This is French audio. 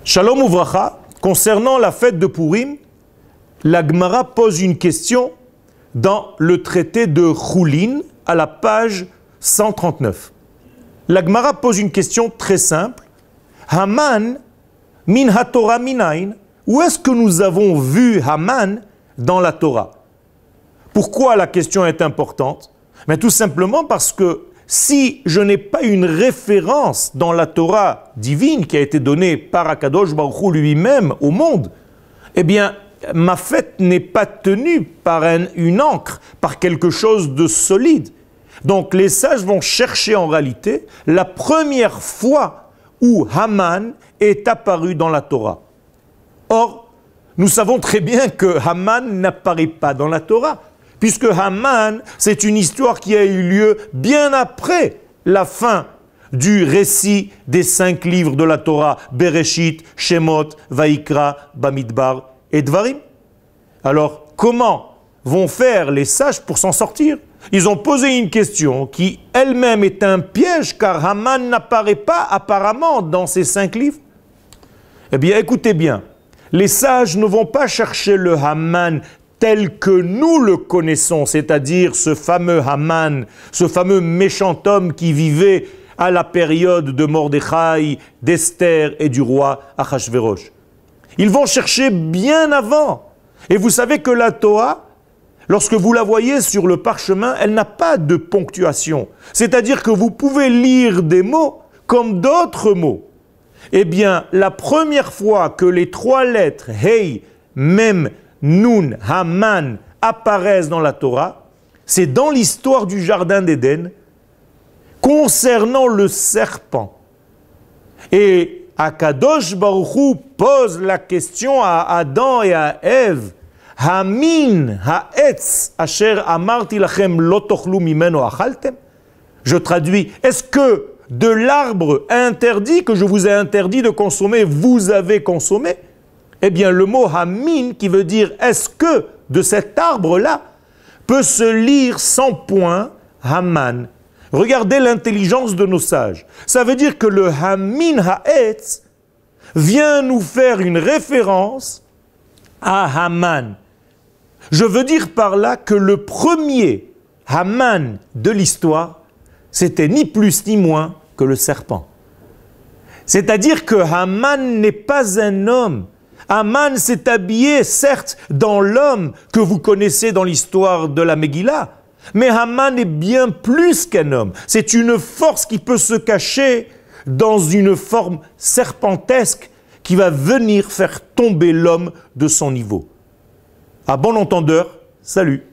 Shalom Uvracha, concernant la fête de Purim, la Gemara pose une question dans le traité de Choulin, à la page 139. La Gemara pose une question très simple. Haman min ha-Torah minayin. Où est-ce que nous avons vu Haman dans la Torah? Pourquoi la question est importante? Mais tout simplement parce que si je n'ai pas une référence dans la Torah divine qui a été donnée par Akadosh Baruch Hu lui-même au monde, eh bien, ma fête n'est pas tenue par une encre, par quelque chose de solide. Donc les sages vont chercher en réalité la première fois où Haman est apparu dans la Torah. Or, nous savons très bien que Haman n'apparaît pas dans la Torah, puisque Haman, c'est une histoire qui a eu lieu bien après la fin du récit des 5 livres de la Torah, Bereshit, Shemot, Vaikra, Bamidbar et Dvarim. Alors, comment vont faire les sages pour s'en sortir? Ils ont posé une question qui elle-même est un piège, car Haman n'apparaît pas apparemment dans ces 5 livres. Eh bien, écoutez bien, les sages ne vont pas chercher le Haman tel que nous le connaissons, c'est-à-dire ce fameux Haman, ce fameux méchant homme qui vivait à la période de Mordechai, d'Esther et du roi Achashverosh. Ils vont chercher bien avant. Et vous savez que la Torah, lorsque vous la voyez sur le parchemin, elle n'a pas de ponctuation. C'est-à-dire que vous pouvez lire des mots comme d'autres mots. Eh bien, la première fois que les 3 lettres Hei, Mem, Nun, Haman apparaissent dans la Torah, c'est dans l'histoire du Jardin d'Éden, concernant le serpent. Et Akadosh Baruch Hu pose la question à Adam et à Ève, Hamin ha'etz asher amarti lachem lo tochlu mimeno achaltem. Je traduis, est-ce que de l'arbre interdit que je vous ai interdit de consommer, vous avez consommé? Eh bien, le mot Hamin, qui veut dire est-ce que de cet arbre-là peut se lire sans point Haman. Regardez l'intelligence de nos sages. Ça veut dire que le Hamin ha'etz vient nous faire une référence à Haman. Je veux dire par là que le premier Haman de l'histoire, c'était ni plus ni moins que le serpent. C'est-à-dire que Haman n'est pas un homme. Haman s'est habillé, certes, dans l'homme que vous connaissez dans l'histoire de la Megillah, mais Haman est bien plus qu'un homme. C'est une force qui peut se cacher dans une forme serpentesque qui va venir faire tomber l'homme de son niveau. À bon entendeur, salut.